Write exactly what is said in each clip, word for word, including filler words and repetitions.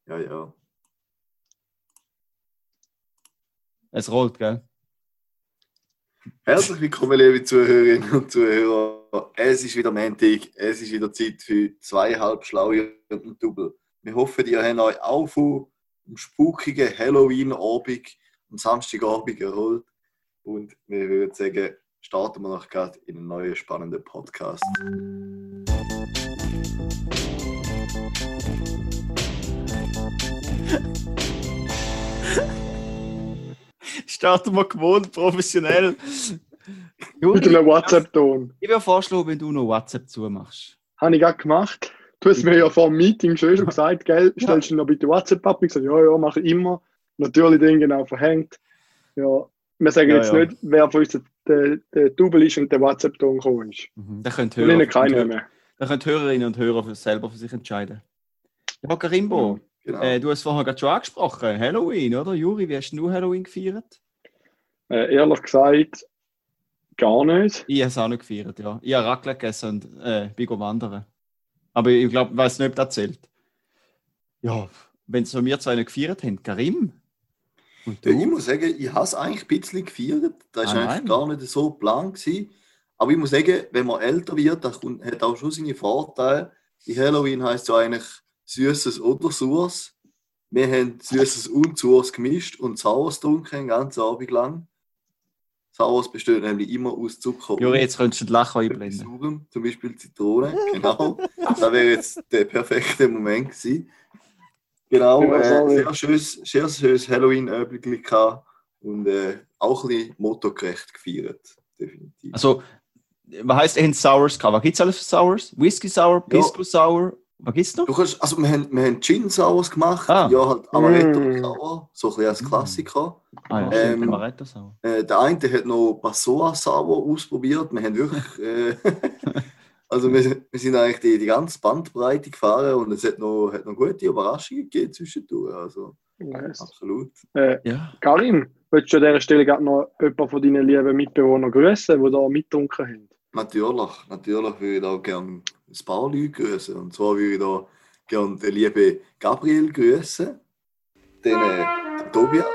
Ja, ja. Es rollt, gell? Herzlich willkommen, liebe Zuhörerinnen und Zuhörer. Es ist wieder Montag, es ist wieder Zeit für zweieinhalb Schlaue und ein Double. Wir hoffen, ihr habt euch auch von einem spukigen Halloween-Abend am Samstagabend erholt. Und wir würden sagen, starten wir noch gerade in einen neuen spannenden Podcast. Starten wir gewohnt, professionell. Mit einem WhatsApp-Ton. Ich würde vorschlagen, wenn du noch WhatsApp zumachst. Habe ich gerade gemacht. Du hast mir ja vor dem Meeting schon, schon gesagt, gell, stellst du noch bitte WhatsApp ab? Ich gesagt, ja, ja, mache ich immer. Natürlich den genau verhängt. Ja, wir sagen Ja, jetzt ja. nicht, wer von uns der, der Double ist und der WhatsApp-Ton gekommen ist. Mhm. Da können Und ihnen keiner Hörer, mehr. da können Hörerinnen und Hörer für selber für sich entscheiden. Ja, Karimbo, Genau. äh, du hast es vorher gerade schon angesprochen. Halloween, oder? Juri, wie hast du Halloween gefeiert? Äh, ehrlich gesagt, gar nicht. Ich habe es auch nicht gefeiert, ja. Ich habe Raclette gegessen und äh, bin go wandern. Aber ich glaube, ich weiß nicht, ob das zählt. Ja, wenn es wir zwei nicht gefeiert haben, Karim? Und Ja, du? ich muss sagen, ich habe es eigentlich ein bisschen gefeiert. Das war Ah, eigentlich nein. gar nicht so geplant gewesen. Aber ich muss sagen, wenn man älter wird, das kommt- hat auch schon seine Vorteile. In Halloween heisst es ja eigentlich Süßes oder Saures. Wir haben Süßes und Saures gemischt und Saures getrunken, den ganzen Abend lang. Saures besteht nämlich immer aus Zucker Juri, und jetzt könntest du das Lachen etwas einblenden. Saurem, zum Beispiel Zitrone. Genau. Das wäre jetzt der perfekte Moment gewesen. Genau, Ja, äh, sorry. sehr schönes, sehr schönes Halloween-Abend gehabt und äh, auch ein bisschen mottogerecht gefeiert. Definitiv. Also, was heisst, ihr habt Sours gehabt? Was gibt es alles für Sours? Whisky Sour, Pisco Sour, was gibt es noch? Du kannst, also wir haben, wir haben Gin Sours gemacht, Ah. ja halt Amaretto Mm. Sour, so ein bisschen als Klassiker. Ah ja, Ähm, stimmt, Amaretto Sour. Äh, der eine hat noch Passoa Sour ausprobiert. Wir haben wirklich, äh, also wir, wir sind eigentlich die, die ganze Bandbreite gefahren und es hat noch, hat noch gute Überraschungen gegeben zwischendurch. Also Nice. absolut. Äh, Ja. Karim, willst du an dieser Stelle gerade noch jemanden von deinen lieben Mitbewohnern grüßen, die da mitgetrunken haben? Natürlich, natürlich würde ich da gerne ein paar Leute grüßen. Und zwar würde ich da gerne den lieben Gabriel grüßen, den, äh, den Tobias.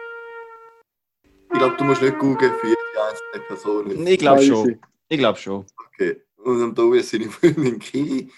Ich glaube, du musst nicht googeln für jede einzelne Person. Ich glaube Weiß schon. ich. Ich glaube schon. Okay. Und am Tobias seine Freundin Kiri.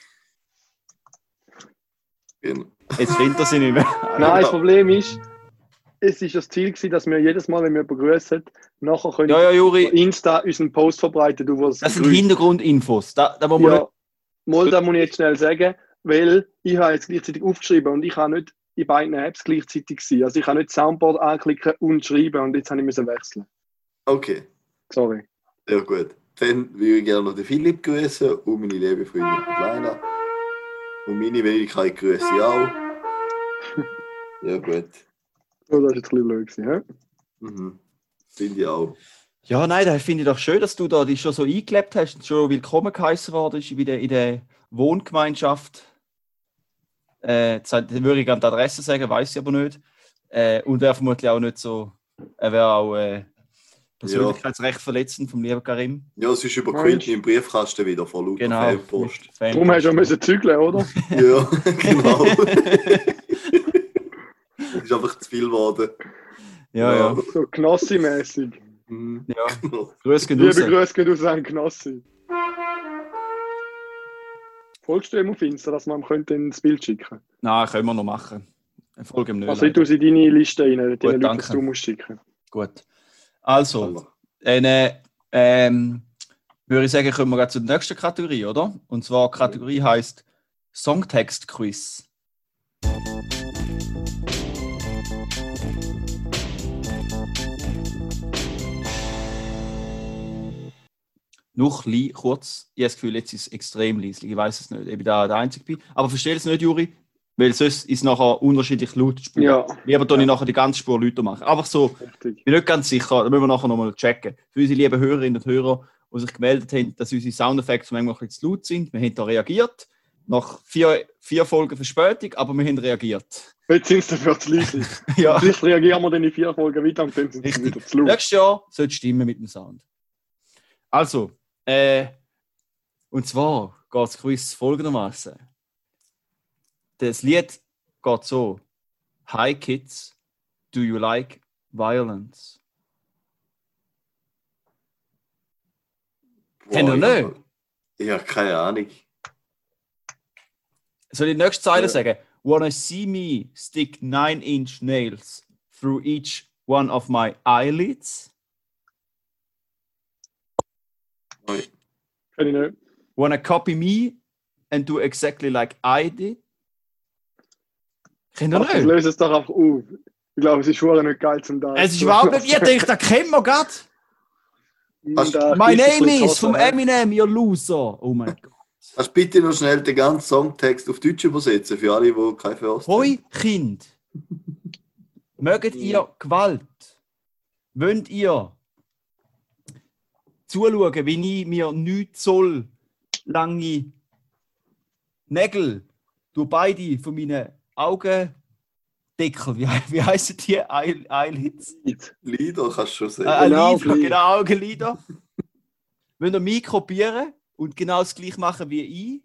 Genau. Jetzt findet er sie nicht mehr. Nein, das Problem ist, es war das Ziel gewesen, dass wir jedes Mal, wenn wir begrüßen, nachher können Ja, ja, Juri. auf Insta unseren Post verbreiten, du wirst Das sind gegrüßt. Hintergrundinfos. Da, da muss man Ja, mal, da muss ich jetzt schnell sagen, weil ich habe jetzt gleichzeitig aufgeschrieben und ich habe nicht in beiden Apps gleichzeitig sein. Also ich habe nicht Soundboard anklicken und schreiben und jetzt habe ich müssen wechseln. Okay, Sorry. sehr gut. Dann würde ich gerne noch den Philipp grüßen und meine liebe Freundin Leina. Und meine Wenigkeit grüße ich auch. Ja, gut. Oh, das war jetzt ein bisschen blöd gewesen, hä? Mhm. Finde ich auch. Ja, nein, das finde ich doch schön, dass du da dich schon so eingelebt hast und schon willkommen geheißen worden ist in der, in der Wohngemeinschaft. Äh, jetzt würde ich gerne die Adresse sagen, weiß ich aber nicht. Äh, und wäre vermutlich auch nicht so, er wäre auch äh, Persönlichkeitsrecht verletzend vom lieben Karim. Ja, es ist überquillt im Briefkasten wieder vor lauter Genau. Fanpost. Darum hast du auch müssen zügeln, oder? Ja, genau. Es ist einfach zu viel geworden. Ja, ja. So Knossi-mäßig. Mhm. ja. Genau. Grüß gehen Liebe raus. Grüße gehen aus an Knossi. Folgst du ihm auf Insta, dass man ihm könnte ins Bild schicken könnte? Nein, können wir noch machen. Folge ihm nicht. Also ich tue sie in deine Liste rein, deine Leute, danke. dass du musst schicken. Gut. Also, dann äh, ähm, würde ich sagen, kommen wir gleich zur nächsten Kategorie, oder? Und zwar die Kategorie heisst Songtext-Quiz. Noch li kurz, ich habe das Gefühl, jetzt ist es extrem leise. Ich weiß es nicht, ob ich da der Einzige bin. Aber verstehe es nicht, Juri, weil sonst ist es nachher unterschiedlich laut die Spur. Ja. Lieber tue ich nachher die ganze Spur lauter machen. Einfach so, Richtig. ich bin nicht ganz sicher, da müssen wir nachher nochmal checken. Für unsere lieben Hörerinnen und Hörer, die sich gemeldet haben, dass unsere Soundeffekte manchmal ein bisschen zu laut sind. Wir haben da reagiert. Nach vier, vier Folgen Verspätung, aber wir haben reagiert. Jetzt sind es dafür zu leise. Ja. Vielleicht reagieren wir dann in vier Folgen weiter und dann sind sie Richtig. wieder zu laut. Nächstes Jahr soll es stimmen mit dem Sound. Also, äh, und zwar geht das Quiz folgendermaßen. Das Lied geht so. Hi kids, do you like violence? Kennt ihr Boah, nicht? ich habe keine Ahnung. Soll ich die nächste Zeile Ja. sagen? Wanna see me stick nine inch nails through each one of my eyelids? Oi. Kann ich nicht. Wanna copy me and do exactly like I did? Kennt ihr Ach, das nicht? löst es doch einfach auf. Ich glaube, es ist schon nicht geil zum da. Es ist überhaupt nicht. Ihr denkt, das kennen wir gerade. Hast- My name is vom Eminem, ihr Loser. Oh mein Gott. Kannst du bitte noch schnell den ganzen Songtext auf Deutsch übersetzen, für alle, die kein First haben? Hoi, Kind. Mögt ihr Gewalt? Wollt ihr zuschauen, wie ich mir neun Zoll lange Nägel durch beide von meinen Augendeckel, wie, wie heissen die? Eye- Eyelids? Lieder kannst du schon Äh, sagen. äh, Genau, Lider, gleich. genau, Augenlider. Wollt ihr mich kopieren und genau das gleiche machen wie ich?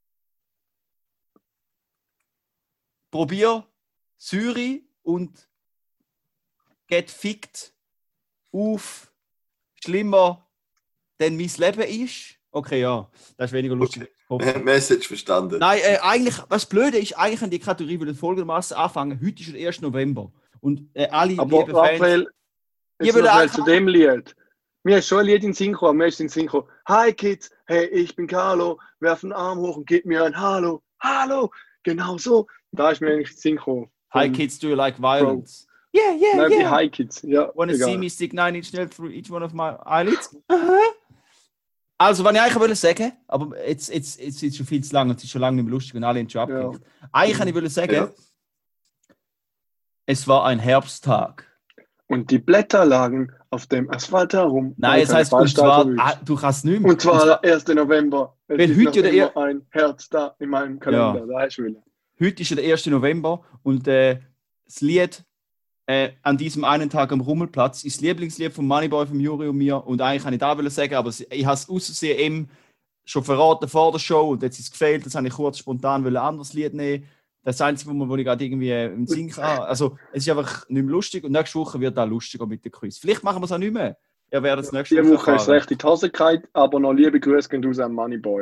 Probier Syri und get fickt auf schlimmer, denn mein Leben ist. Okay, ja, das ist weniger lustig. Wir haben die Message verstanden. Nein, äh, eigentlich, was Blöde ist, eigentlich an die Kategorie will folgendermaßen anfangen. Heute ist der erste November. Und äh, alle Aber lieben Fans. Raphael, Ich jetzt will noch schnell einfach- zu dem Lied. Mir ist schon ein Lied in den Sinn gekommen, mir ist in den Sinn gekommen. Hi Kids, hey, ich bin Carlo, werf einen Arm hoch und gib mir ein Hallo, Hallo, genau so. Da ist mir eigentlich in den Sinn gekommen. Hi Von- kids, do you like violence? Yeah, yeah, Nein, die yeah. Hi Kids, ja. Wanna egal. see me stick nine inch nail through each one of my eyelids? Also, was ich eigentlich wollte sagen, aber jetzt, jetzt, jetzt ist es schon viel zu lang und es ist schon lange nicht mehr lustig und alle haben schon Ja. abgekriegt. Eigentlich wollte ich wollte sagen, Ja. es war ein Herbsttag. Und die Blätter lagen auf dem Asphalt herum. Nein, es Keine heißt, und Fallstahl zwar, verwischt. ah, du kannst nicht mehr. Und zwar der erste November. Es Weil ist heute noch ja der immer ein Herz da in meinem Kalender. Ja. Da hast du will. Heute ist ja der erste November und äh, das Lied äh, an diesem einen Tag am Rummelplatz ist das Lieblingslied von Moneyboy, von Juri und mir. Und eigentlich kann ich da wollen sagen, aber ich habe es aus Versehen eben schon verraten vor der Show und jetzt ist es gefehlt. Das habe ich kurz spontan ein anderes Lied nehmen. Das ist das Einzige, wo ich gerade irgendwie äh, im Sinn habe. Also, es ist einfach nicht mehr lustig und nächste Woche wird auch lustiger mit dem Quiz. Vielleicht machen wir es auch nicht mehr. Ihr werdet es nächste Diese Woche Woche ist erfahren. recht in die Hose gefallen, aber noch liebe Grüße gehen raus an Moneyboy.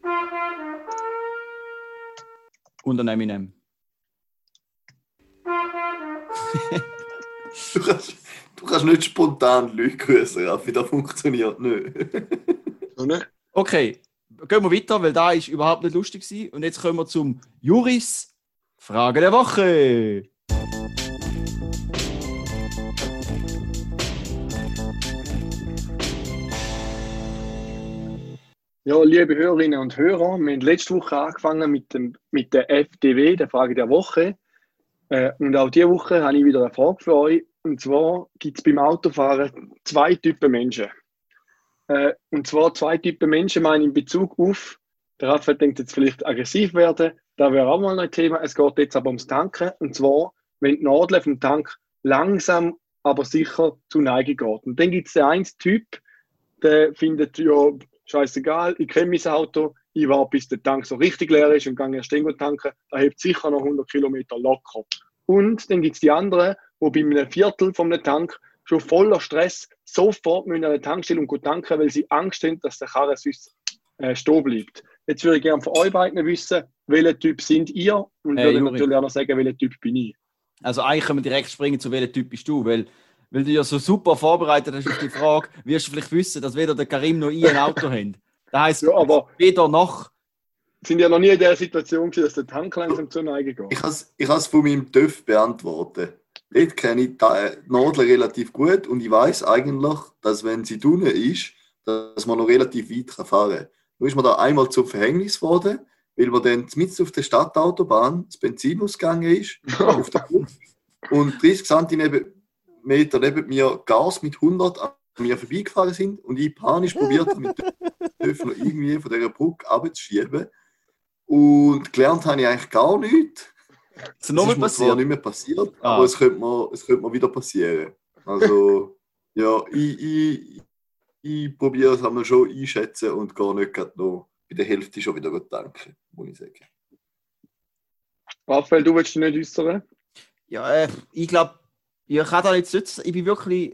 Und an Eminem. Du kannst, du kannst nicht spontan Leute grüßen, Raffi, das funktioniert nicht. So, ne? Okay, gehen wir weiter, weil da ist überhaupt nicht lustig gewesen. Und jetzt kommen wir zum Juris Frage der Woche. Ja, liebe Hörerinnen und Hörer, wir haben letzte Woche angefangen mit, dem, mit der F D W, der Frage der Woche. Äh, und auch diese Woche habe ich wieder eine Frage für euch. Und zwar gibt es beim Autofahren zwei Typen Menschen. Äh, und zwar zwei Typen Menschen, meine ich in Bezug auf, der Raphael denkt jetzt vielleicht aggressiv werden, da wäre auch mal ein Thema. Es geht jetzt aber ums Tanken. Und zwar, wenn die Nadel vom Tank langsam, aber sicher zu Neige geht. Und dann gibt es den einen Typ, der findet, ja, scheißegal, ich kenne mein Auto, ich warte, bis der Tank so richtig leer ist und gehe erst dann tanken, da hebt sicher noch hundert Kilometer locker. Und dann gibt es die anderen, die bei einem Viertel vom Tank schon voller Stress sofort an der Tankstelle und tanken, weil sie Angst haben, dass der Karre sonst äh, stehen bleibt. Jetzt würde ich gerne von euch beiden wissen, welcher Typ sind ihr? Und Äh, würde Juri. natürlich auch noch sagen, welcher Typ bin ich. Also eigentlich können wir direkt springen, zu welchem Typ bist du, weil, weil du ja so super vorbereitet hast auf die Frage, wirst du vielleicht wissen, dass weder der Karim noch ich ein Auto haben. Das heisst, Ja, aber weder noch. sind ja noch nie in der Situation gewesen, dass der Tank langsam zur Neige geht. Ich has, ich has von meinem TÜV beantworten. Dort kenne ich die Nadel relativ gut und ich weiß eigentlich, dass wenn sie drinnen ist, dass man noch relativ weit fahren kann. Nur ist mir da einmal zum Verhängnis geworden, weil man dann mitten auf der Stadtautobahn das Benzin ausgegangen ist, auf der Pumpe, und dreißig Zentimeter neben mir Gas mit hundert an mir vorbeigefahren sind und ich panisch probiert habe, mit dem TÜV noch irgendwie von dieser Brücke abzuschieben. Und gelernt habe ich eigentlich gar nichts. Es ist noch Es mal ist mir zwar passiert. nicht mehr passiert, Ah. aber es könnte, mir, es könnte mir wieder passieren. Also, ja, ich, ich, ich probiere es einmal schon einschätzen und gar nicht gerade noch bei der Hälfte schon wieder tanken, muss ich sagen. Raphael, du willst dich nicht äußern? Ja, äh, ich glaube, ich kann da nicht sitzen. Ich bin wirklich.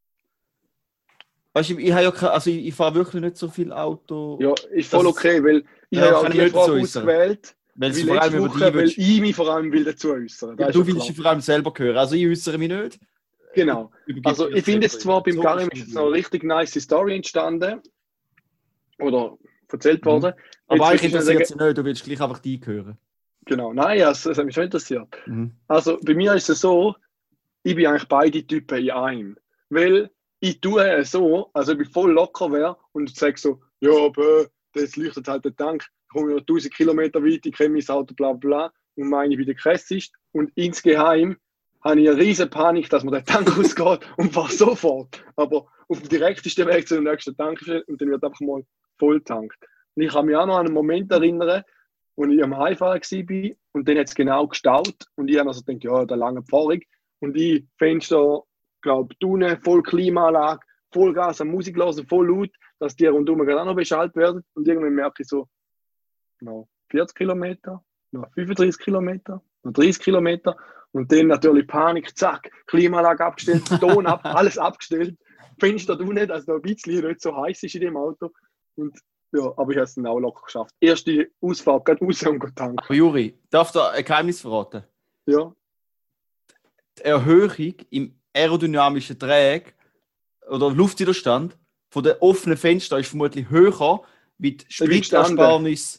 Weißt du, ich, ich, habe ja keine, also ich, ich fahre wirklich nicht so viel Auto. Ja, ist voll Das- okay, weil ich Ja, habe ja kann auch ich die nicht Frage dazu äußern. ausgewählt, Weil wie es vor allem letzte über Woche, dich weil willst. ich mich vor allem will dazu äußern. Ja, Das ist du ja willst klar. dich vor allem selber hören. Also ich äußere mich nicht. Genau. Übergib Also dir ich finde selber es zwar reden. beim So Karim ist ist es jetzt noch eine richtig nice Story entstanden. Oder erzählt Mhm. worden. Aber Jetzt euch würde ich schnell interessiert es nicht, du willst gleich einfach die hören. Genau, nein, ja, das, das hat mich schon interessiert. Mhm. Also bei mir ist es so, ich bin eigentlich beide Typen in einem. Weil ich tue es so, also ich bin voll locker wäre und sage so, ja, bäh, das leuchtet halt der Tank, ich komme ja tausend Kilometer weit, ich kenne mein Auto, bla bla, und meine, ich bin der krasseste. Und insgeheim habe ich eine riesen Panik, dass mir der Tank ausgeht und fahre sofort. Aber auf dem direktesten Weg zu dem nächsten Tank und dann wird einfach mal voll tankt. Und ich kann mich auch noch an einen Moment erinnern, als ich am Heimfahren war und dann hat es genau gestaut und ich habe also gedacht, ja, da lange Pfarrung und ich Fenster, glaube ich, voll Klimaanlage, voll Gas an Musik hören, voll laut, dass die rundum gerade auch noch beschallt werden und irgendwann merke ich so, noch vierzig Kilometer, noch fünfunddreißig Kilometer, noch dreißig Kilometer und dann natürlich Panik, zack, Klimaanlage abgestellt, Ton ab, alles abgestellt, Fenster du nicht, dass noch ein bisschen nicht so heiß ist in dem Auto und ja, aber ich habe es dann auch locker geschafft. Erste Ausfahrt, gerade raus und geht tanken. Aber Juri, darf da ein Geheimnis verraten? Ja, Die Erhöhung im aerodynamischen Drag oder Luftwiderstand von den offenen Fenstern ist vermutlich höher wie die Spritersparnis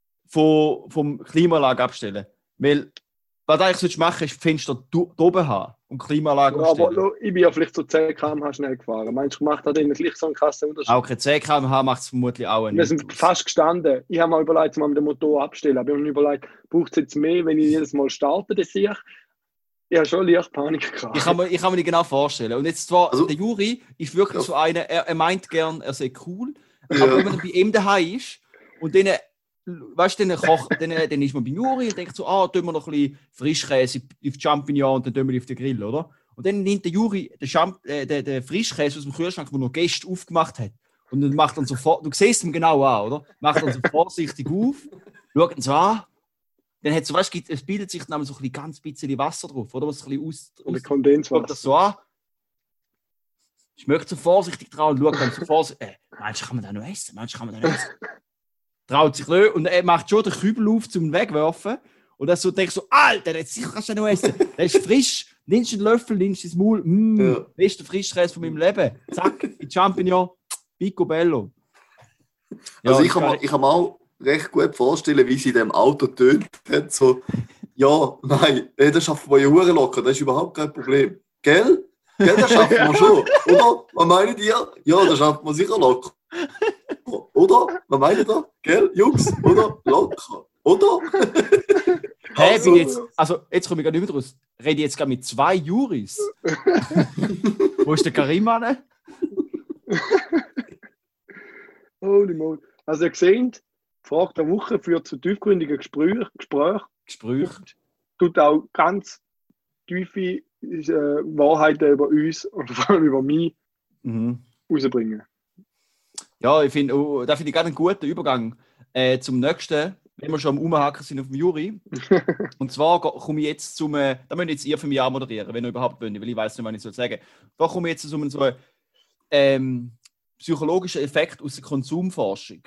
vom, vom Klimaanlage abstellen. Weil, was du eigentlich machen solltest, ist die Fenster du- oben haben und die Klimaanlage ja aber abstellen. lo, ich bin ja vielleicht so zehn Kilometer pro Stunde schnell gefahren. Meinst du, macht da dann gleich so einen krassen Unterschied? Auch kein zehn Kilometer pro Stunde macht es vermutlich auch Wir nicht. sind fast gestanden. Ich habe mal überlegt, mal den Motor abstellen. Aber ich habe mir überlegt, braucht es jetzt mehr, wenn ich jedes Mal starte, das sehe ich. Ich habe schon leicht Panik gehabt. Ich kann, mir, ich kann mir die genau vorstellen. Und jetzt zwar, Also- der Juri ist wirklich Ja. so einer, er, er meint gern, er sei cool, Ja. aber wenn man bei ihm daheim ist und dann, weißt du, dann, koch, dann, dann ist man bei Juri und denkt so, ah, tun wir noch ein bisschen Frischkäse auf die Champignon und dann tun wir die auf den Grill, oder? Und dann nimmt der Juri den, Champ äh, den, den Frischkäse aus dem Kühlschrank, den noch Gäste aufgemacht hat. Und dann macht er sofort, du siehst ihn genau an, oder? Macht er so vorsichtig auf, schaut ihn so an. Dann hat so, weißt, du, es bildet sich dann so ein ganz bisschen Wasser drauf, oder? Was ein bisschen aus, Und aus, Kondenswasser. schaut das so an. Schmeckt so vorsichtig dran und schaut dann so vorsichtig. Äh, meinst du, kann man das noch essen? Meinst du, kann man das noch essen? Traut sich nicht. Und er macht schon den Kübel auf zum Wegwerfen. Und dann so denkst du so, Alter, jetzt sicher kannst du den noch essen. Der ist frisch. Nimmst einen Löffel, nimmst ins Maul. Mmh, Ja. bester Frischkäse von meinem Leben. Zack, die Champignon. Picobello. Ja, Also ich das kann, mir, ich kann mir auch recht gut vorstellen, wie sie in dem Auto tönt hat. So, ja, nein, ey, das schaffen wir ja hure locker, das ist überhaupt kein Problem. Gell? Gell, das schaffen wir schon. Oder? Was meint ihr? Ja, das schaffen wir sicher locker. Oder? Was meint ihr? Gell, Jungs? Oder? Locker. Oder? Hä, Also- bin ich jetzt, also jetzt komme ich gar nicht mehr raus. Rede ich jetzt gerade mit zwei Juris. Wo ist der Karim an? Holy moly. Also ihr seht, die Frage der Woche führt zu tiefgründigen Gesprächen. Gespräch. Gespräch. Tut auch ganz tiefe äh, Wahrheiten über uns und vor allem über mich Mhm. rausbringen. Ja, ich finde, oh, da finde ich gerade einen guten Übergang äh, zum nächsten, wenn wir schon am Umhaken sind auf dem Juri. Und zwar go- komme ich jetzt zum, äh, da müsst jetzt ihr für mich auch moderieren, wenn ihr überhaupt wollt, weil ich weiß nicht, was ich soll sagen. Da komme ich jetzt zu einem so einen ähm, psychologischen Effekt aus der Konsumforschung.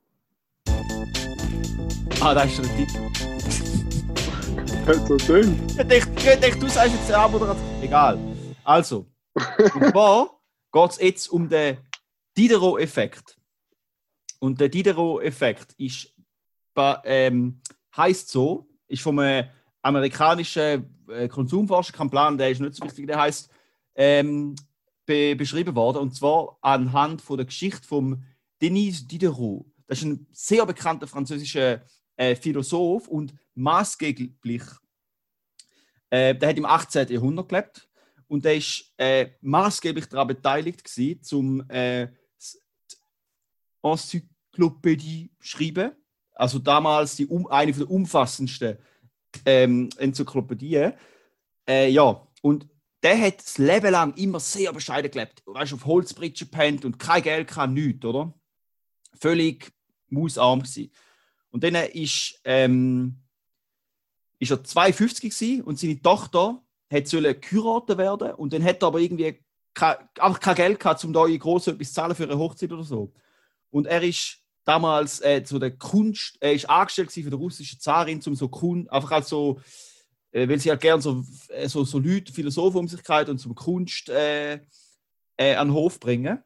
Ah, da ist schon der Titel. so schön. Ich dachte, ich dachte, du sagst jetzt eine Moderation. Egal. Also, und zwar geht es jetzt um den Diderot-Effekt. Und der Diderot-Effekt ist, ba- ähm, heisst so, ist vom äh, amerikanischen äh, Konsumforscher, kein Plan, der ist nicht so wichtig, der heißt ähm, be beschrieben worden. Und zwar anhand von der Geschichte von Denis Diderot. Das ist ein sehr bekannter französischer äh, Philosoph und maßgeblich, äh, der hat im achtzehnten Jahrhundert gelebt und der ist äh, maßgeblich daran beteiligt gewesen, zum äh, Enzyklopädie schreiben. Also damals die um, eine der umfassendsten ähm, Enzyklopädien. Äh, ja, und der hat das Leben lang immer sehr bescheiden gelebt. Weißt du, auf Holzbritschen gepennt und kein Geld, kein nichts, oder? Völlig mausarm gewesen. Und dann ist, ähm, ist er zweiundfünfzig gewesen und seine Tochter hat sollen geheiratet werden und dann hat er aber irgendwie kein, einfach kein Geld gehabt, um da groß etwas zu zahlen für eine Hochzeit oder so. Und er ist damals äh, so der Kunst, er ist angestellt gewesen für die russische Zarin, um so Kunst, einfach als so, äh, weil sie halt gerne so, äh, so, so Leute, Philosophen um sich gehalten und zum Kunst äh, äh, an den Hof bringen.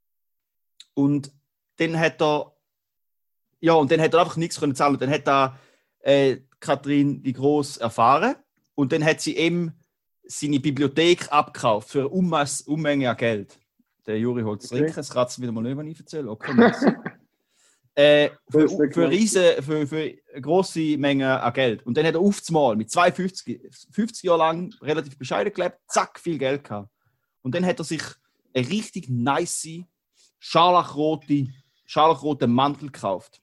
Und dann hat er, ja, und dann hat er einfach nichts können zahlen. Und dann hat er äh, Katrin die Groß erfahren und dann hat sie ihm seine Bibliothek abgekauft für eine Unmass, Unmenge an Geld. Der Juri holt das Trinken, das kratzt wieder mal nicht, wenn ich erzähle. Okay, äh, für, für, riesen, für, für eine grosse Menge an Geld. Und dann hat er auf einmal mit zweiundfünfzig, fünfzig Jahre lang relativ bescheiden gelebt, zack, viel Geld gehabt. Und dann hat er sich eine richtig nice, scharlachrote, scharlachroten Mantel gekauft.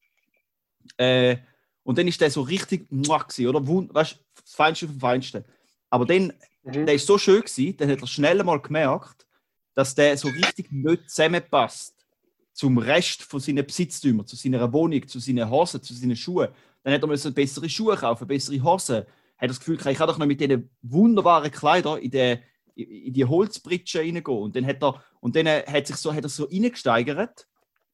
Äh, und dann ist der so richtig muah gewesen, oder? Weißt du, das Feinste vom Feinsten. Aber dann, mhm. der ist so schön gewesen, dann hat er schnell mal gemerkt, dass der so richtig nicht zusammenpasst zum Rest von seinen Besitztümern, zu seiner Wohnung, zu seinen Hosen, zu seinen Schuhen. Dann hat er müssen bessere Schuhe kaufen, bessere Hosen. Hat er das Gefühl, ich kann doch noch mit diesen wunderbaren Kleidern in die, in die Holzbritsche reingehen. Und dann hat er, und dann hat sich so, hat er so reingesteigert.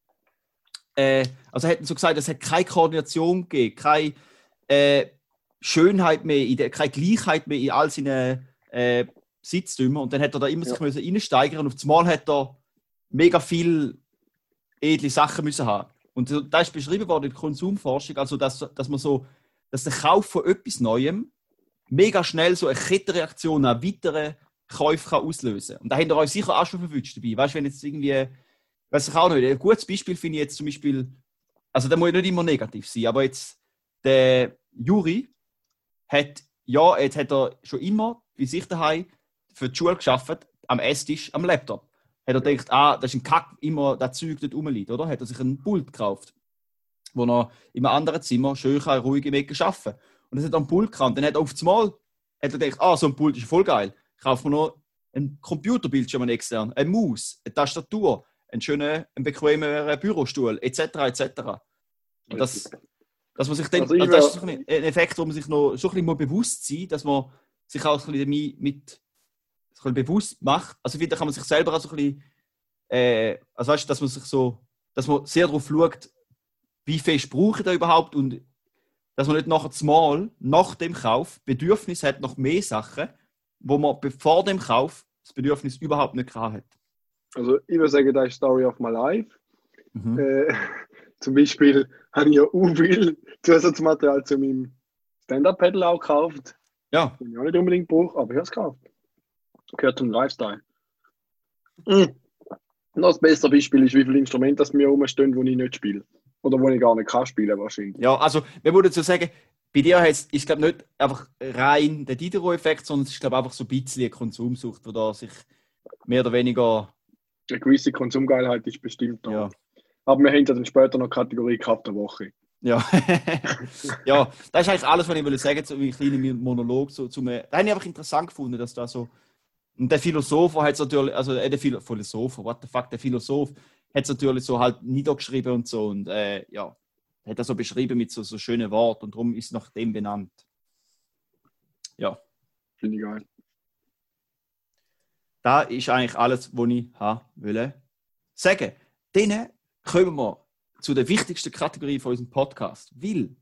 Äh, also er hat so gesagt, es hat keine Koordination gegeben, keine äh, Schönheit mehr, in der, keine Gleichheit mehr in all seinen äh, Besitztümern. Und dann hat er da immer ja. sich müssen reinsteigern und auf einmal hat er mega viel edle Sachen müssen haben. Und das ist beschrieben worden in der Konsumforschung, also dass, dass man so, dass der Kauf von etwas Neuem mega schnell so eine Kettenreaktion an weiteren Käufen kann auslösen kann. Und da habt ihr euch sicher auch schon verwünscht dabei. Weißt du, wenn jetzt irgendwie, weiß ich auch nicht, ein gutes Beispiel finde ich jetzt zum Beispiel, also da muss ich nicht immer negativ sein, aber jetzt der Juri hat, ja, jetzt hat er schon immer bei sich daheim für die Schule gearbeitet, am Esstisch, am Laptop. Hat er gedacht, ah, das ist ein Kack, immer das Zeug dort rumliegt, oder? Hat er sich einen Pult gekauft, wo er in einem anderen Zimmer schön kann, ruhig im Ecken arbeiten kann. Und dann hat er einen Pult gehabt. Dann hat er auf einmal hat er gedacht, ah, so ein Pult ist voll geil. Kauft man noch einen Computerbildschirm extern, eine Maus, eine Tastatur, einen schönen, einen bequemen Bürostuhl, et cetera et cetera. Und das, dass man sich dann, also also das ist so ein Effekt, wo man sich noch so ein bisschen bewusst sein muss, dass man sich auch ein bisschen mit so ein bisschen bewusst macht. Also ich finde, da kann man sich selber auch so ein bisschen, äh, also weißt du, dass man sich so, dass man sehr darauf schaut, wie fest brauche ich da überhaupt und dass man nicht nachher zumal, nach dem Kauf, Bedürfnis hat nach mehr Sachen, wo man vor dem Kauf das Bedürfnis überhaupt nicht gehabt hat. Also ich würde sagen, das ist Story of my life. Mhm. Äh, zum Beispiel habe ich ja auch viel Zusatzmaterial zu meinem Stand-Up-Pedal auch gekauft. Ja. Den ich auch nicht unbedingt brauche, aber ich habe es gekauft. Gehört zum Lifestyle. Mhm. Und das beste Beispiel ist, wie viele Instrumente das mir rumstehen, die ich nicht spiele. Oder wo ich gar nicht kann spielen wahrscheinlich. Ja, also wir würden so sagen, bei dir ist es glaube nicht einfach rein der Diderot-Effekt, sondern es ist glaube einfach so ein bisschen eine Konsumsucht, wo da sich mehr oder weniger... Eine gewisse Konsumgeilheit ist bestimmt da. Ja. Aber wir haben ja dann später noch Kategorie gehabt der Woche. Ja. Ja, das ist eigentlich alles, was ich will sagen, so ein kleiner Monolog. So, zu mir. Das habe ich einfach interessant gefunden, dass da so... Und der Philosoph hat es natürlich, also äh, der Philo- Philosoph, what the fuck, der Philosoph hat es natürlich so halt niedergeschrieben und so und äh, ja, hat er so beschrieben mit so, so schönen Worten und darum ist es nach dem benannt. Ja. Finde ich geil. Da ist eigentlich alles, was ich haben wollte sagen. Dann kommen wir zu der wichtigsten Kategorie von unserem Podcast, weil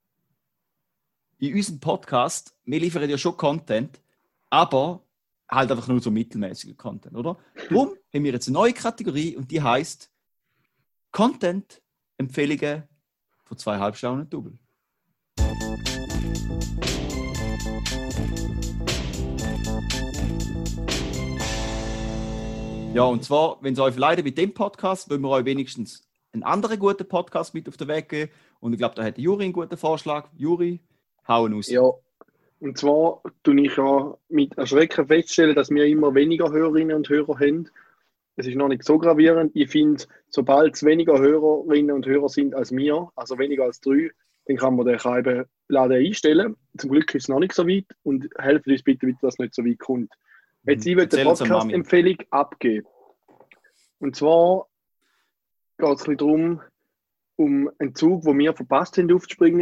in unserem Podcast, wir liefern ja schon Content, aber halt einfach nur so mittelmäßiger Content, oder? Darum haben wir jetzt eine neue Kategorie und die heisst Content-Empfehlungen von zwei Halbstaunen Double. Ja, und zwar, wenn es euch leidet mit dem Podcast, wollen wir euch wenigstens einen anderen guten Podcast mit auf den Weg geben. Und ich glaube, da hat Juri einen guten Vorschlag. Juri, hauen aus. Ja. Und zwar tue ich ja mit Erschrecken feststellen, dass wir immer weniger Hörerinnen und Hörer haben. Es ist noch nicht so gravierend. Ich finde, sobald es weniger Hörerinnen und Hörer sind als wir, also weniger als drei, dann kann man den Scheibenladen einstellen. Zum Glück ist es noch nicht so weit und helft uns bitte, dass es nicht so weit kommt. Jetzt ich will eine Podcast-Empfehlung abgeben. Und zwar geht es ein bisschen darum, um einen Zug, den wir verpasst haben aufzuspringen.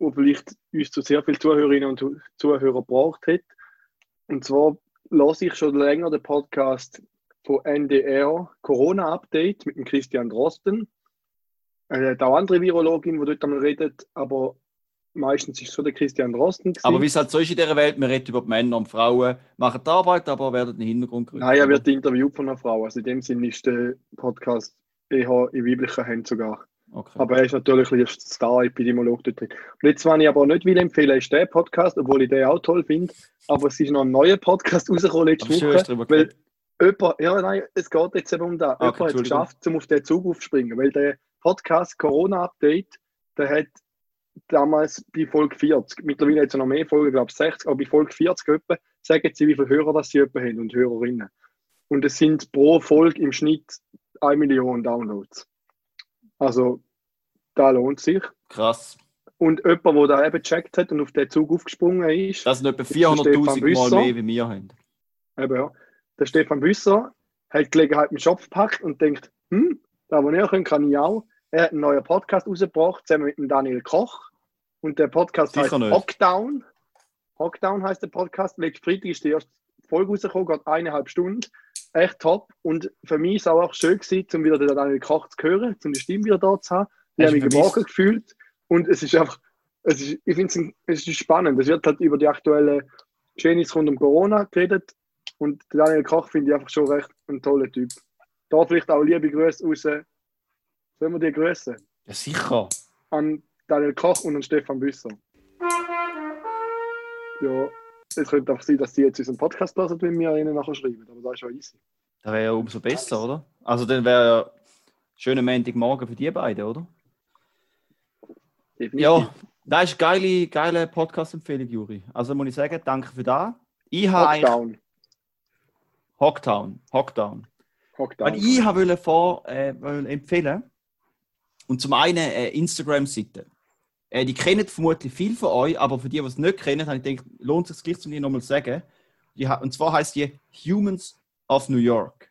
der vielleicht uns zu sehr vielen Zuhörerinnen und Zuhörern gebraucht hat. Und zwar lasse ich schon länger den Podcast von N D R Corona Update mit dem Christian Drosten. Er hat auch andere Virologin, die dort einmal redet, aber meistens ist es schon der Christian Drosten gewesen. Aber wie es halt so ist in dieser Welt, wir reden über die Männer und Frauen, machen die Arbeit, aber werden in den Hintergrund gerückt. Nein, er wird interviewt von einer Frau. Also in dem Sinne ist der Podcast eher in weiblichen Händen sogar. Okay. Aber er ist natürlich ein Star-Epidemiolog dort drin. Und jetzt, was ich aber nicht will empfehlen, ist der Podcast, obwohl ich den auch toll finde. Aber es ist noch ein neuer Podcast rausgekommen letzte Aber Woche. schön, Weil jemand, ja, nein, es geht jetzt eben um das. Okay, Jemand hat es geschafft, um auf den Zug aufzuspringen. Weil der Podcast Corona-Update, der hat damals bei Folge vierzig, mittlerweile jetzt noch mehr Folgen, ich glaube sechzig, aber bei Folge vierzig etwa, sagen sie, wie viele Hörer das sie etwa haben und Hörerinnen. Und es sind pro Folge im Schnitt eine Million Downloads. Also, da lohnt sich. Krass. Und jemand, der da eben gecheckt hat und auf den Zug aufgesprungen ist, Das sind etwa vierhunderttausend Mal mehr, wie wir haben. Eben, ja. Der Stefan Büsser hat die Gelegenheit im Schopf gepackt und denkt, hm, da wo ich können, kann ich auch. Er hat einen neuen Podcast rausgebracht, zusammen mit dem Daniel Koch. Und der Podcast Sicher heißt nicht. Hockdown. Hockdown heißt der Podcast. Letzten Freitag ist die erste Folge rausgekommen, geht eineinhalb Stunden. Echt top. Und für mich ist es auch schön gewesen, um wieder den Daniel Koch zu hören, um die Stimme wieder da zu haben. Ich habe mich geborgen gefühlt. Und es ist einfach, es ist, ich finde es, es ist spannend. Es wird halt über die aktuellen Geschehnisse rund um Corona geredet. Und der Daniel Koch finde ich einfach schon recht ein toller Typ. Da vielleicht auch liebe Grüße raus. Sollen wir die grüßen? Ja, sicher. An Daniel Koch und an Stefan Büsser. Ja, es könnte auch sein, dass die jetzt unseren Podcast hören, wenn wir ihnen nachher schreiben. Aber das ist schon easy. Das wäre ja umso besser, oder? Also dann wäre ja schöner Montagmorgen für die beiden, oder? Definitiv. Ja, das ist eine geile, geile Podcast-Empfehlung, Juri. Also muss ich sagen, danke für das. Ich habe Hockdown. Hockdown. Hockdown. Hockdown. Weil ich wollte vor äh, wollte empfehlen. Und zum einen äh, Instagram-Seite. Äh, die kennen vermutlich viel von euch, aber für die, die es nicht kennen, habe ich gedacht, lohnt es sich gleich, um die nochmal zu sagen. Die, und zwar heißt die Humans of New York.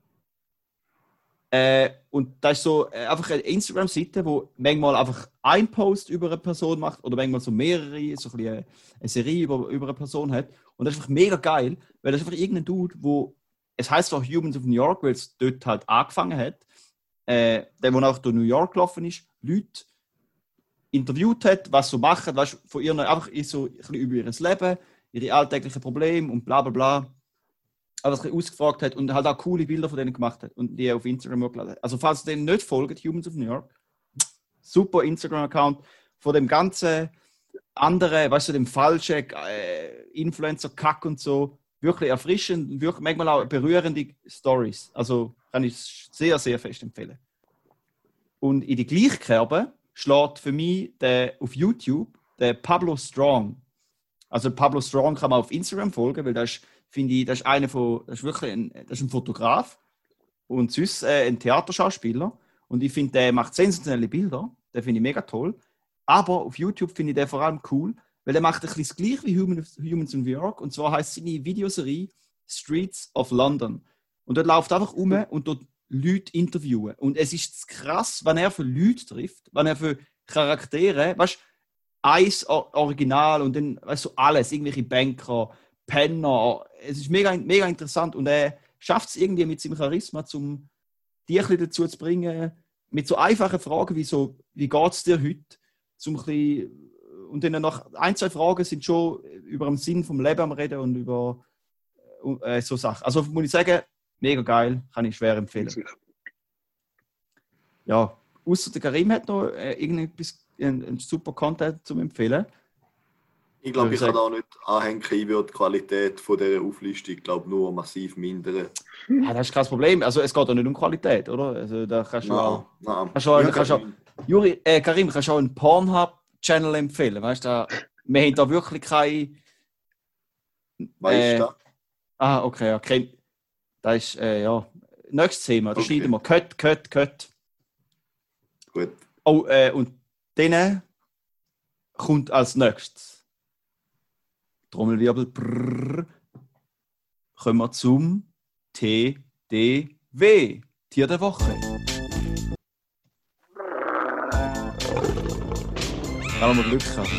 Äh, und das ist so äh, einfach eine Instagram-Seite, wo manchmal einfach ein Post über eine Person macht oder manchmal so mehrere, so ein bisschen eine, eine Serie über, über eine Person hat. Und das ist einfach mega geil, weil das ist einfach irgendein Dude, wo es heißt auch Humans of New York, weil es dort halt angefangen hat. Äh, der, der auch durch New York gelaufen ist, Leute interviewt hat, was sie machen, weißt, von ihren, einfach so ein bisschen über ihr Leben, ihre alltäglichen Probleme und bla bla bla. Aber ein bisschen ausgefragt hat und halt auch coole Bilder von denen gemacht hat und die auf Instagram hochgeladen hat. Also falls ihr denen nicht folgt, Humans of New York, super Instagram-Account von dem ganzen anderen, weißt du, dem falschen äh, Influencer-Kack und so, wirklich erfrischend, wirklich manchmal auch berührende Stories. Also kann ich sehr, sehr fest empfehlen. Und in die gleiche Kerbe schlägt für mich der, auf YouTube der Pablo Strong. Also Pablo Strong kann man auf Instagram folgen, weil das ist, finde ich, das ist einer von, das ist wirklich ein, das ist ein Fotograf und sonst äh, ein Theaterschauspieler. Und ich finde, der macht sensationelle Bilder. Den finde ich mega toll. Aber auf YouTube finde ich den vor allem cool, weil er macht ein bisschen das Gleiche wie Humans, Humans in New York. Und zwar heisst seine Videoserie Streets of London. Und dort läuft einfach um und dort Leute interviewen. Und es ist krass, wenn er für Leute trifft, wenn er für Charaktere, weißt du, eins Original und dann, weißt du, alles, irgendwelche Banker, Penner. Es ist mega, mega interessant und er schafft es irgendwie mit seinem Charisma, um die ein bisschen dazu zu bringen, mit so einfachen Fragen wie so, wie geht es dir heute? Zum ein bisschen, und dann noch ein, zwei Fragen sind schon über den Sinn vom Leben am Reden und über äh, so Sachen. Also muss ich sagen, mega geil, kann ich schwer empfehlen. Ja, außer der Karim hat noch äh, irgendetwas, ein, ein super Content zum empfehlen. Ich glaube, ich kann da nicht anhängen, ich würde die Qualität von dieser Auflistung, ich glaube, nur massiv mindern. Ja, das ist kein Problem. Also es geht doch nicht um Qualität, oder? Also da kannst du Nein, auch... nein. Kannst du auch, Ja, kannst du auch Juri, äh, Karim, kannst du auch einen Pornhub-Channel empfehlen? Weißt du, da, wir haben da wirklich keine... Weißt du? Äh, ah, okay, ja. Okay. Das ist, äh, ja... Nächstes Thema, das Okay. schneiden wir. Cut, cut, cut. Gut. Oh, äh, und dann kommt als nächstes Trommelwirbel. Brrr, kommen wir zum T D W, Tier der Woche. Kann man Glück haben.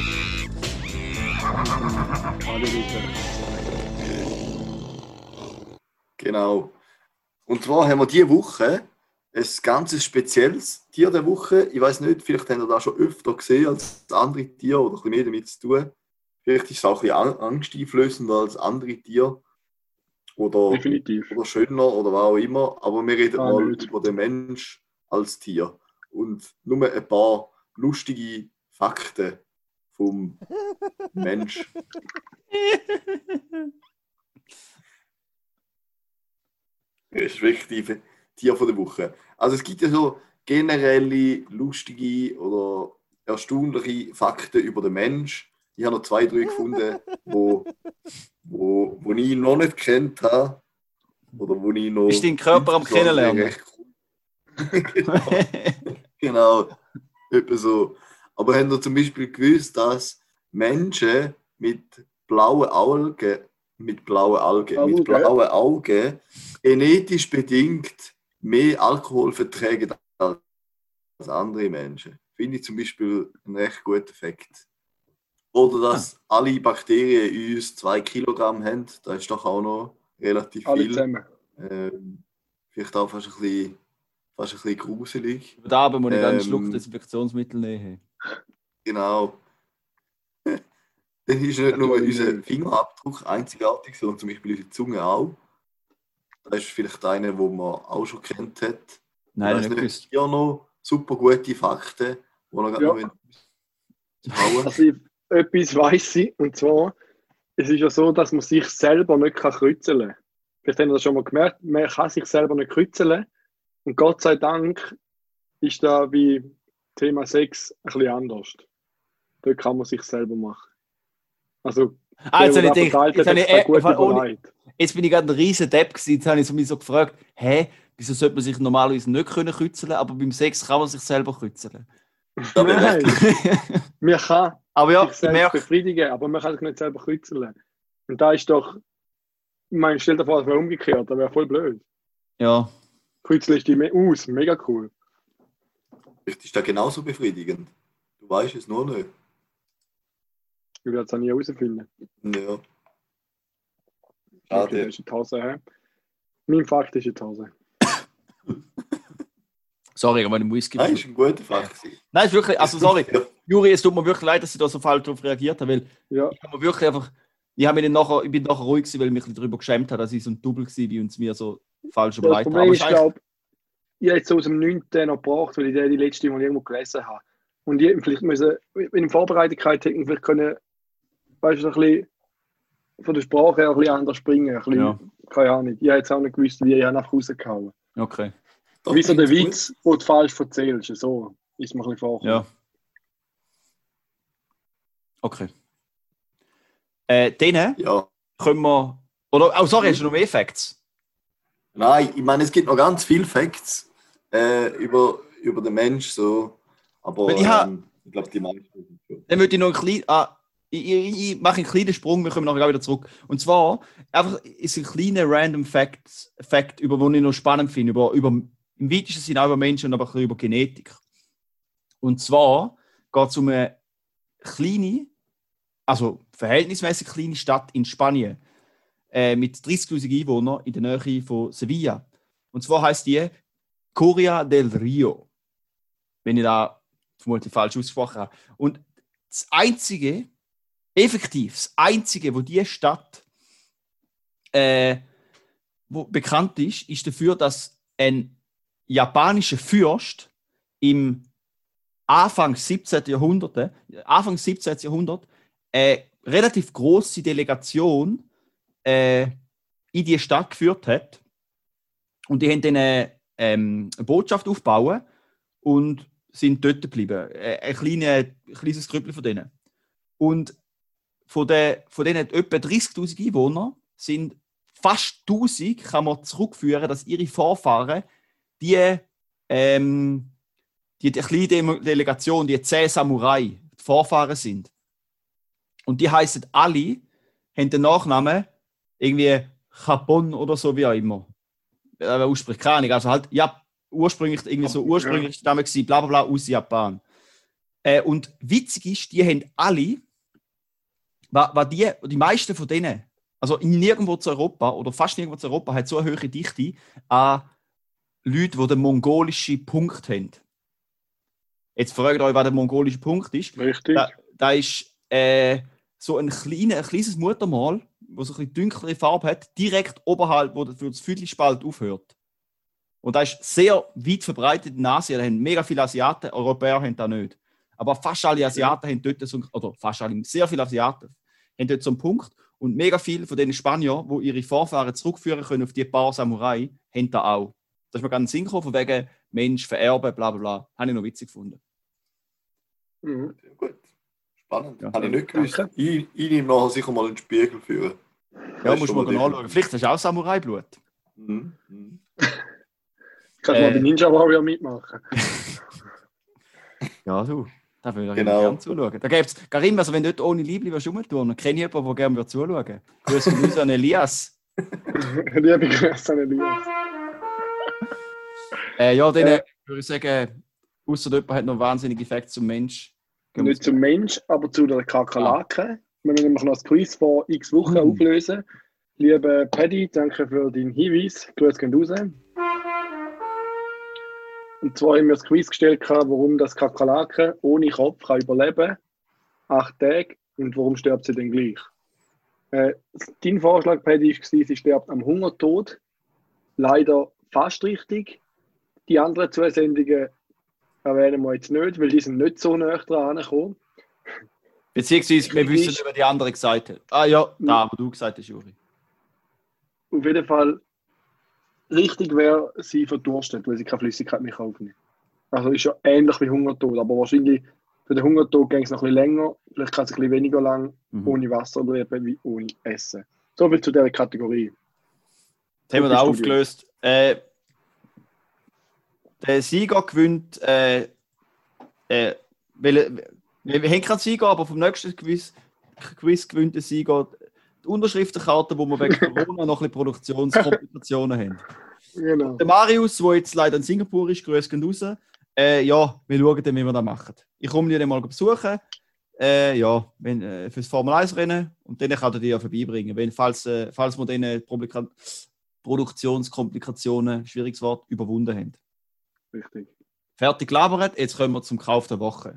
Genau. Und zwar haben wir diese Woche ein ganz spezielles Tier der Woche. Ich weiß nicht, vielleicht habt ihr das schon öfter gesehen als andere Tiere oder ein bisschen mehr damit zu tun. Vielleicht ist es auch ein bisschen angsteinflößender als andere Tiere. Oder, Definitiv. oder schöner oder was auch immer. Aber wir reden Ah, mal nicht. über den Mensch als Tier. Und nur ein paar lustige Fakten vom Mensch. Respektive Tier von der Woche. Also es gibt ja so generelle, lustige oder erstaunliche Fakten über den Mensch. Ich habe noch zwei, drei gefunden, wo, wo, wo ich noch nicht kennt habe. Oder wo ich noch... Bist du deinen Körper am Kennenlernen? genau, genau, etwa so. Aber habt ihr zum Beispiel gewusst, dass Menschen mit blauen Augen, mit blauen Augen, Augen. mit blauen Augen genetisch bedingt mehr Alkohol vertragen als andere Menschen? Finde ich zum Beispiel einen recht guten Fakt. Oder dass ah. alle Bakterien in uns zwei Kilogramm haben, das ist doch auch noch relativ Alle viel. zusammen. Ähm, vielleicht auch fast ein bisschen, fast ein bisschen gruselig. Da aber muss ich Ähm, einen Schluck Desinfektionsmittel nehmen. Genau. Dann ist nicht nur unser Fingerabdruck einzigartig, sondern zum Beispiel unsere Zunge auch. Das ist vielleicht eine, die man auch schon kennt hat. Nein, ich nicht gewusst. Hier noch super gute Fakten, die wir gerade Ja. noch hauen. Also ich, etwas weiss ich, und zwar, es ist ja so, dass man sich selber nicht kreuzeln kann. Vielleicht haben wir das schon mal gemerkt, man kann sich selber nicht kreuzeln. Und Gott sei Dank ist da wie Thema Sex ein bisschen anders. Dort kann man sich selber machen. Also, Ah, jetzt, der, habe ich der gedacht, jetzt, habe ich, hat äh, gut ohne, überlegt. jetzt bin ich gerade ein riesen Depp gewesen. Jetzt habe ich so mich so gefragt, hä, wieso sollte man sich normalerweise nicht können kreuzeln, aber beim Sex kann man sich selber kreuzeln. Nein, man kann Aber ja, sich ich selbst merke, befriedigen, aber man kann sich nicht selber kreuzeln. Und da ist doch, ich meine, stell dir vor, es wäre umgekehrt, das wäre voll blöd. ja, Kreuzelst dich me- aus, mega cool. Vielleicht ist das genauso befriedigend. Du weißt es nur nicht. Ich werde es auch nie herausfinden. Ja. Okay, da Schade. ist die Hose her. Mein Fakt ist die Hose. sorry, aber im Whisky. Nein, ist ein guter Fakt. Nein, ist wirklich, also sorry, Ja. Juri, es tut mir wirklich leid, dass ich da so falsch darauf reagiert habe, weil Ja, ich habe mir wirklich einfach, ich, habe mich dann nachher, ich bin nachher ruhig gewesen, weil ich mich ein bisschen darüber geschämt habe, dass ich so ein Double war, wie uns mir so falsch das überlegt haben. Problem Aber ist, es ich glaube, ich habe jetzt so aus dem neunten noch gebraucht, weil ich den die letzte Mal irgendwo gelesen habe. Und ich hätte vielleicht müssen, in der Vorbereitung hätte ich vielleicht können, weißt du, ein bisschen von der Sprache her ein bisschen anders springen. Ein bisschen, Ja. Keine Ahnung. Ich habe jetzt auch nicht gewusst, wie ich einfach rausgehauen. okay, Doch, Wie so der find's Witz, den du falsch erzählst. So ist mir ein bisschen vorgekommen. ja. Okay. Äh, denen gut. Ja. können wir, oder, oh sorry, hast du noch mehr Facts? Nein, ich meine, es gibt noch ganz viele Facts äh, über, über den Mensch, so. Aber Weil ich ha- ähm, ich glaube, die meisten sind schon. Dann würde ich noch ein klein, ah, ich, ich, ich mache einen kleinen Sprung, wir kommen nachher wieder zurück. Und zwar, einfach ist ein kleiner random Fact, Fact über den ich noch spannend finde, über, über, im weitesten Sinne auch über Menschen und aber ein bisschen über Genetik. Und zwar geht es um eine kleine, also verhältnismäßig kleine Stadt in Spanien äh, mit dreißigtausend Einwohnern in der Nähe von Sevilla. Und zwar heisst die Coria del Rio, wenn ich da vermutlich falsch ausgesprochen habe. Und das Einzige, effektiv, das Einzige, wo diese Stadt äh, wo bekannt ist, ist dafür, dass ein japanischer Fürst im Anfang siebzehnten. Jahrhundert, Anfang siebzehnten. Jahrhundert eine relativ große Delegation äh, in die Stadt geführt hat. Und die haben dann eine, ähm, eine Botschaft aufgebaut und sind dort geblieben. Ein, kleine, ein kleines Grüppchen von denen. Und von, der, von denen etwa dreißigtausend Einwohner sind fast tausend, kann man zurückführen, dass ihre Vorfahren die, ähm, die, die kleine Dem- Delegation, die zehn Samurai, die Vorfahren sind. Und die heißen alle, haben den Nachnamen irgendwie Japon oder so wie auch immer. Äh, ausspricht keine Ahnung. Also halt, ja, ursprünglich irgendwie so ursprünglich Name gewesen, bla bla bla aus Japan. Äh, und witzig ist, die haben alle, was, was die, die meisten von denen, also in nirgendwo zu Europa oder fast nirgendwo zu Europa, hat so eine hohe Dichte an Leuten, die den mongolischen Punkt haben. Jetzt fragt euch, was der mongolische Punkt ist. Richtig. Da, da ist äh, so ein, kleine, ein kleines Muttermal, das so ein bisschen dunklere Farbe hat, direkt oberhalb, wo das Viertelspalt aufhört. Und das ist sehr weit verbreitet in Asien. Da haben mega viele Asiaten, Europäer haben das nicht. Aber fast alle Asiaten haben dort so, oder fast alle, sehr viele Asiaten haben dort so einen Punkt. Und mega viele von den Spaniern, die ihre Vorfahren zurückführen können auf die paar Samurai, haben das auch. Das ist mir ganz in den Sinn gekommen, von wegen Mensch, vererben, bla bla bla. Habe ich noch witzig gefunden. Mhm. Gut. Spannend. Ja. Habe ich nicht gewusst. Danke. Ich, ich nehme nachher sicher mal in den Spiegel führen. Ja, Das musst ist du mal schon anschauen. Vielleicht hast du auch Samurai-Blut. Mhm. Mhm. Kannst Äh. mal bei Ninja Warrior mitmachen. Ja, du. Da würde ich Genau. gerne zuschauen. Da gäbe es, Karim, also wenn du dort ohne Liebling rumtun, dann kenne ich jemanden, der gerne zuschauen würde. Grüß uns an Elias. Liebe Grüße an Elias. Äh, ja, dann Äh. würde ich sagen, außer jemand hat noch wahnsinnige Effekte zum Mensch. Gehen wir Nicht zum Mensch, aber zu der Kakerlake. Wir müssen nämlich noch das Quiz vor x Wochen Mhm. auflösen. Lieber Paddy, danke für deinen Hinweis. Grüß gehen raus. Und zwar haben wir das Quiz gestellt, warum das Kakerlake ohne Kopf kann überleben kann. Acht Tage. Und warum stirbt sie denn gleich? Äh, dein Vorschlag, Paddy, war, sie stirbt am Hungertod. Leider fast richtig. Die anderen zwei Sendungen erwähnen wir jetzt nicht, weil die sind nicht so nah dran gekommen. Beziehungsweise, wir wissen nicht, wer die andere gesagt hat. Ah ja, da, wo du gesagt hast, Juri. Auf jeden Fall richtig wäre, sie verdurstet, weil sie keine Flüssigkeit mehr aufnehmen kann. Also ist ja ähnlich wie Hungertod, aber wahrscheinlich für den Hungertod ging es noch ein bisschen länger, vielleicht kann es ein bisschen weniger lang Mhm. ohne Wasser leben wie ohne Essen. So viel zu dieser Kategorie. Das haben wir da Studio. aufgelöst. Äh, der Sieger gewinnt. Äh, äh, weil, wir, wir haben keinen Sieger, aber vom nächsten Quiz, Quiz gewinnt der Sieger die Unterschriftenkarte, wo wir wegen Corona noch ein bisschen Produktionskomplikationen haben. Genau. Der Marius, der jetzt leider in Singapur ist, grüßt gehen raus. Äh, ja, wir schauen dann, wie wir das machen. Ich komme dich dann mal besuchen. Äh, ja, wenn, äh, fürs Formel eins Rennen. Und dann kann er dich ja vorbeibringen. Wenn, falls, äh, falls wir diese Publika- Produktionskomplikationen, schwieriges Wort, überwunden haben. Richtig. Fertig gelabert, jetzt kommen wir zum Kauf der Woche.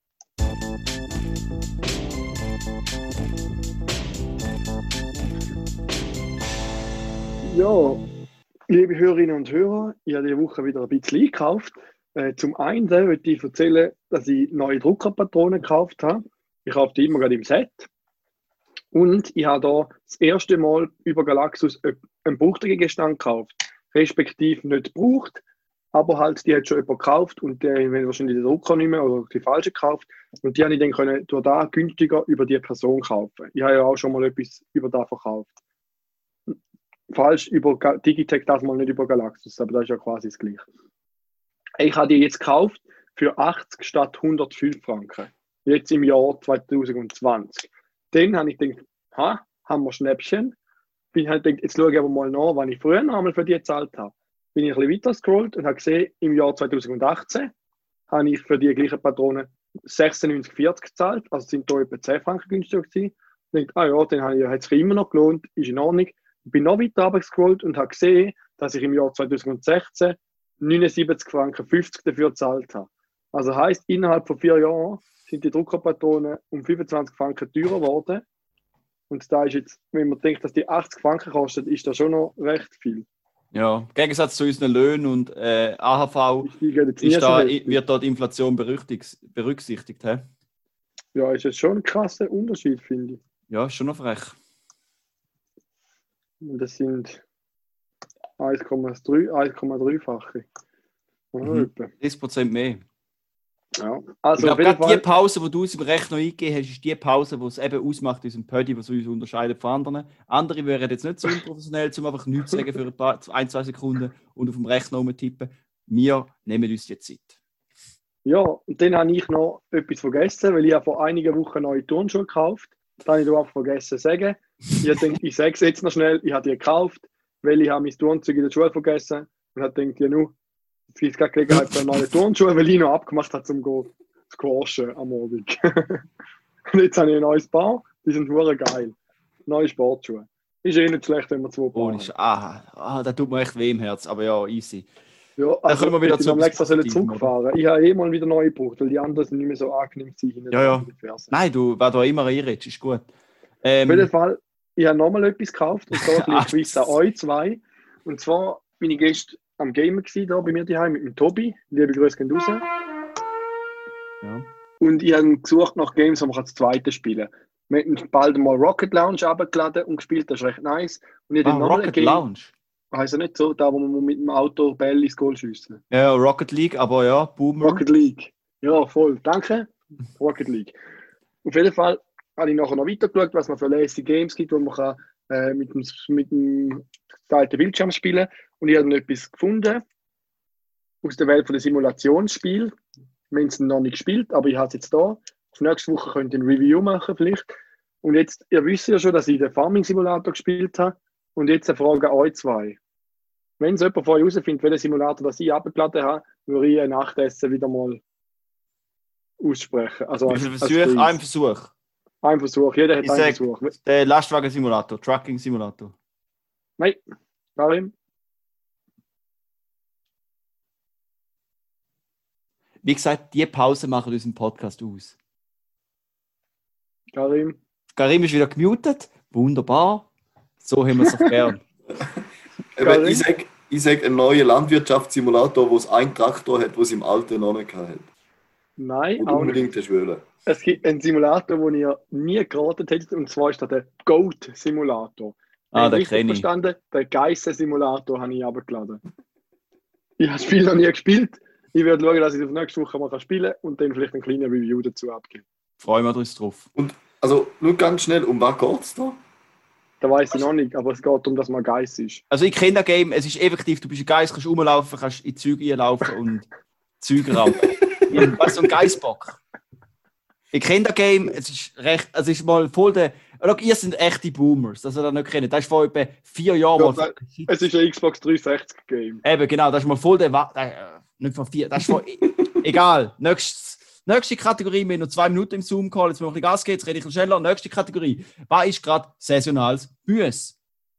Ja, liebe Hörerinnen und Hörer, ich habe diese Woche wieder ein bisschen eingekauft. Äh, zum einen möchte ich erzählen, dass ich neue Druckerpatronen gekauft habe. Ich kaufe die immer gerade im Set. Und ich habe da das erste Mal über Galaxus einen Bruchgegenstand gekauft. Respektive nicht gebraucht, aber halt, die hat schon jemand gekauft und der hat wahrscheinlich den Drucker nicht mehr oder die falsche gekauft. Und die habe ich dann können durch da günstiger über die Person kaufen. Ich habe ja auch schon mal etwas über da verkauft. Falsch über Ga- Digitech, das mal nicht über Galaxus, aber das ist ja quasi das Gleiche. Ich habe die jetzt gekauft für achtzig statt hundertfünf Franken. Jetzt im Jahr zwanzig zwanzig. Dann habe ich gedacht, ha, haben wir Schnäppchen. Bin halt gedacht, jetzt schaue ich aber mal nach, wann ich früher noch einmal für die gezahlt habe. Bin ich ein bisschen weiter gescrollt und habe gesehen, im Jahr zwanzig achtzehn habe ich für die gleichen Patronen sechsundneunzig vierzig gezahlt, also sind da etwa zehn Franken günstiger gewesen. Ich dachte, ah ja, dann habe ich, hat es immer noch gelohnt, ist in Ordnung. Ich bin noch weiter runtergescrollt und habe gesehen, dass ich im Jahr zwanzig sechzehn neunundsiebzig Franken fünfzig dafür gezahlt habe. Also heisst, innerhalb von vier Jahren sind die Druckerpatronen um fünfundzwanzig Franken teurer geworden. Und da ist jetzt, wenn man denkt, dass die achtzig Franken kosten, ist das schon noch recht viel. Ja, im Gegensatz zu unseren Löhnen und äh, A H V Die gehen jetzt nie ist so da, heftig. wird dort Inflation berücksichtigt. berücksichtigt he? Ja, ist jetzt schon ein krasser Unterschied, finde ich. Ja, ist schon noch frech. Und das sind eins Komma drei-fache. Mhm. dreißig Prozent mehr. Ja. Ich Also, auf glaube, jeden gerade die Fall, Pause, die du aus dem Rechner eingegeben hast, ist die Pause, die es eben ausmacht, unserem Pödi, was uns unterscheidet von anderen. Andere wären jetzt nicht so unprofessionell, um einfach nichts zu sagen für ein, paar, ein, zwei Sekunden und auf dem Rechner rumtippen. Wir nehmen uns die Zeit. ja, und dann habe ich noch etwas vergessen, weil ich habe vor einigen Wochen neue Turnschuhe gekauft. Das habe ich da einfach vergessen zu sagen. Ich denke, ich sage es jetzt noch schnell, ich habe die gekauft, weil ich habe mein Turnzeug in der Schule vergessen und habe gedacht, ja nu, es gibt keine Gelegenheit für neue Turnschuhe, weil ich noch abgemacht habe zum Gehen. squashen am Abend. Und jetzt habe ich ein neues Paar, die sind hure geil. Neue Sportschuhe. Ist eh nicht schlecht, wenn man zwei Paar Oh, ist, ah, ah, da tut mir echt weh im Herz, aber ja, easy. Ja, also können wir wieder ich zu am etwas extra sollen Positivem, zurückfahren. Ich habe eh mal wieder neue gebraucht, weil die anderen sind nicht mehr so angenehm gewesen. Ja, ja. Nein, du, wer da immer reinredest, ist gut. Ähm, Auf jeden Fall, ich habe nochmal etwas gekauft und zwar ein Quiz an euch zwei. Und zwar bin ich gestern am Gamer gewesen, da bei mir daheim mit dem Tobi. Liebe Grüße gehen raus. ja. Und ich habe gesucht nach Games, wo man das zweite spielen kann. Wir haben bald mal Rocket Lounge abgeladen und gespielt, das ist recht nice. Und ich habe Ah, dann nochmal ein Rocket Game, Lounge. heisst ja nicht so, da wo man mit dem Auto Bälle ins Goal schiessen. Ja, Rocket League, aber ja, Boomer. Rocket League. Ja, voll. Danke. Rocket League. Auf jeden Fall habe ich nachher noch weitergeschaut, was es für lazy Games gibt, wo man kann, äh, mit dem, mit dem geteilten Bildschirm spielen kann. Und ich habe dann etwas gefunden aus der Welt der Simulationsspiel. Wir haben es noch nicht gespielt, aber ich habe es jetzt da. Nächste Woche könnt ihr ein Review machen vielleicht. Und jetzt, ihr wisst ja schon, dass ich den Farming Simulator gespielt habe. Und jetzt eine Frage an euch zwei. Wenn es jemand von euch herausfindet, welchen Simulator das ich abgeladen habe, würde ich ein Nachtessen wieder mal aussprechen. Also Wie als, viele als Versuche? Preis. Ein Versuch. Ein Versuch. Jeder hat Ich einen sag- Versuch. Der Lastwagen-Simulator, Trucking-Simulator. Nein. Karim? Wie gesagt, die Pause machen unseren Podcast aus. Karim? Karim ist wieder gemutet. Wunderbar. So haben wir es doch gern. Eben, ich sage, ich sag einen neuen Landwirtschaftssimulator, wo es einen Traktor hat, wo es im Alten noch nicht hatte. Nein, Und auch nicht. unbedingt hast wollen. Es gibt einen Simulator, den ihr nie geraten hättet, und zwar ist das der Goat-Simulator. Ah, den richtig kenne ich. verstanden, den Geissen-Simulator habe ich abgeladen. Ich habe das Spiel noch nie gespielt. Ich werde schauen, dass ich es auf nächste Woche mal spielen kann und dann vielleicht ein kleines Review dazu abgeben. Freuen wir uns drauf. Also, nur ganz schnell, um was geht es da? Da weiß ich noch nicht, aber es geht darum, dass man Geiss ist. Also ich kenne das Game, es ist effektiv, du bist ein Geist, kannst rumlaufen, kannst in Züge einlaufen und Züge rammen. Was so ein Geissbock. Ich kenne das Game, es ist recht, es ist mal voll der... Schau, ihr seid echte Boomers, dass ihr das nicht kennt. Das ist vor etwa vier Jahren Ja, mal... Es ist ein Xbox dreihundertsechzig Game. Eben, genau, das ist mal voll der... Wa- äh, nicht vor vier, das ist vor... Egal, nächstes, nächste Kategorie, wir haben noch zwei Minuten im Zoom-Call, jetzt muss ich ein bisschen Gas geben, jetzt rede ich ein bisschen schneller. Nächste Kategorie, was ist gerade saisonales Gemüse?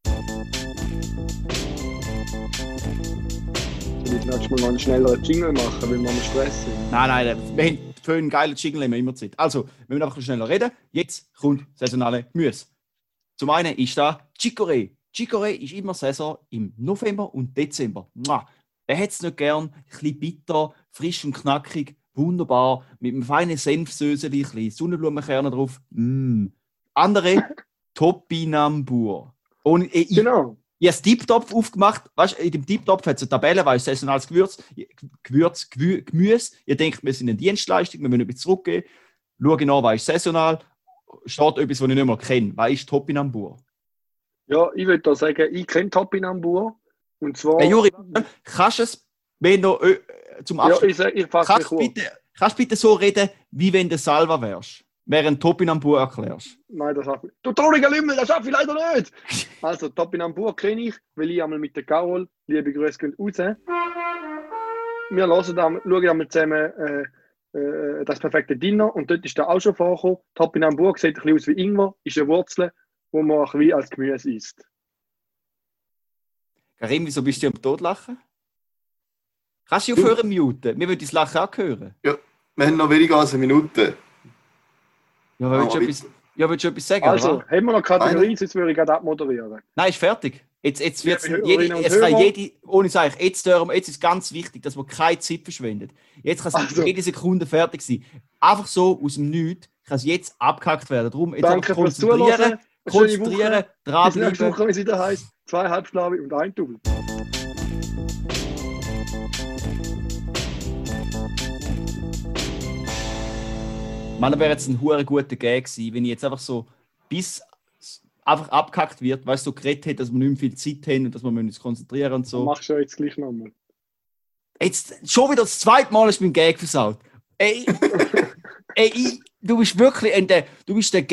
Soll ich nächstes Mal noch einen schnelleren Jingle machen, weil wir am Stress sind? Nein, nein, wir haben für einen geilen Jingle haben wir immer Zeit. Also, wir müssen einfach ein bisschen schneller reden. Jetzt kommt saisonale Gemüse. Zum einen ist da Chicorée. Chicorée ist immer Saison im November und Dezember. Mua. Wer hat es nicht gern? Ein bisschen bitter, frisch und knackig, wunderbar, mit einem feinen Senfsöseli, ein bisschen Sonnenblumenkerne drauf. Mm. Andere Topinambur. Und äh, ich, Genau. ich habe den Tiptopf aufgemacht. Weißt, in dem Tiptopf hat es eine Tabelle, weil es saisonales Gewürz, Gewürz, Gewü- Gemüse. Ihr denkt, wir sind eine Dienstleistung, wir müssen etwas zurückgeben. Schau genau, was ist saisonal. Steht etwas, was ich nicht mehr kenne. Was ist Topinambur? Ja, ich würde da sagen, ich kenne Topinambur. Und zwar... Hey, Juri, kannst du es, wenn du äh, zum ja, Abschluss... ich, sag- ich fasse mich kannst, du kurz. bitte, kannst du bitte so reden, wie wenn du Salva wärst? Während Topinambur erklärst. Nein, das schaffe ich. Du trauriger Lümmel, das schaffe ich leider nicht! Also, Topinambur kenne ich, weil ich einmal mit der Carol, liebe Grüße, gehen raus. Wir hören da, schauen einmal zusammen äh, äh, das perfekte Dinner und dort ist der auch schon vorgekommen. Topinambur sieht ein bisschen aus wie Ingwer, ist eine Wurzel, die man auch wie als Gemüse isst. Karim, wieso bist du am Totlachen? Kannst du dich aufhören muten? Wir wollen dein Lachen auch hören. Wir haben noch weniger als eine Minute. Ja, willst du Aber etwas, ja, willst du etwas sagen? Also, oder? haben wir noch Kategorien, sonst würde ich gerade abmoderieren. Nein, ist fertig. Jetzt, jetzt wird's Liebe jede, Hörerinnen und es kann Hörer. jede, ohne sage ich, jetzt, dürfen wir- jetzt ist ganz wichtig, dass man keine Zeit verschwendet. Jetzt kann es Also. jede Sekunde fertig sein. Einfach so aus dem Nichts kann es jetzt abgehackt werden. Darum jetzt Danke einfach fürs konzentrieren, Zuhören. Eine schöne konzentrieren, Woche. Bis nächste dranbleiben. Woche, wenn es wieder heisst, zwei Halbschlaue und ein Double. Man, wäre jetzt ein hure guter Gag gewesen, wenn ich jetzt einfach so bis einfach abgehackt wird, weil es so geredet hat, dass wir nicht mehr viel Zeit haben und dass wir uns konzentrieren und So. so. Machst du ja jetzt gleich nochmal. Jetzt schon wieder das zweite Mal ist mein Gag versaut. Ey, ey ich, du bist wirklich ein, der, du bist der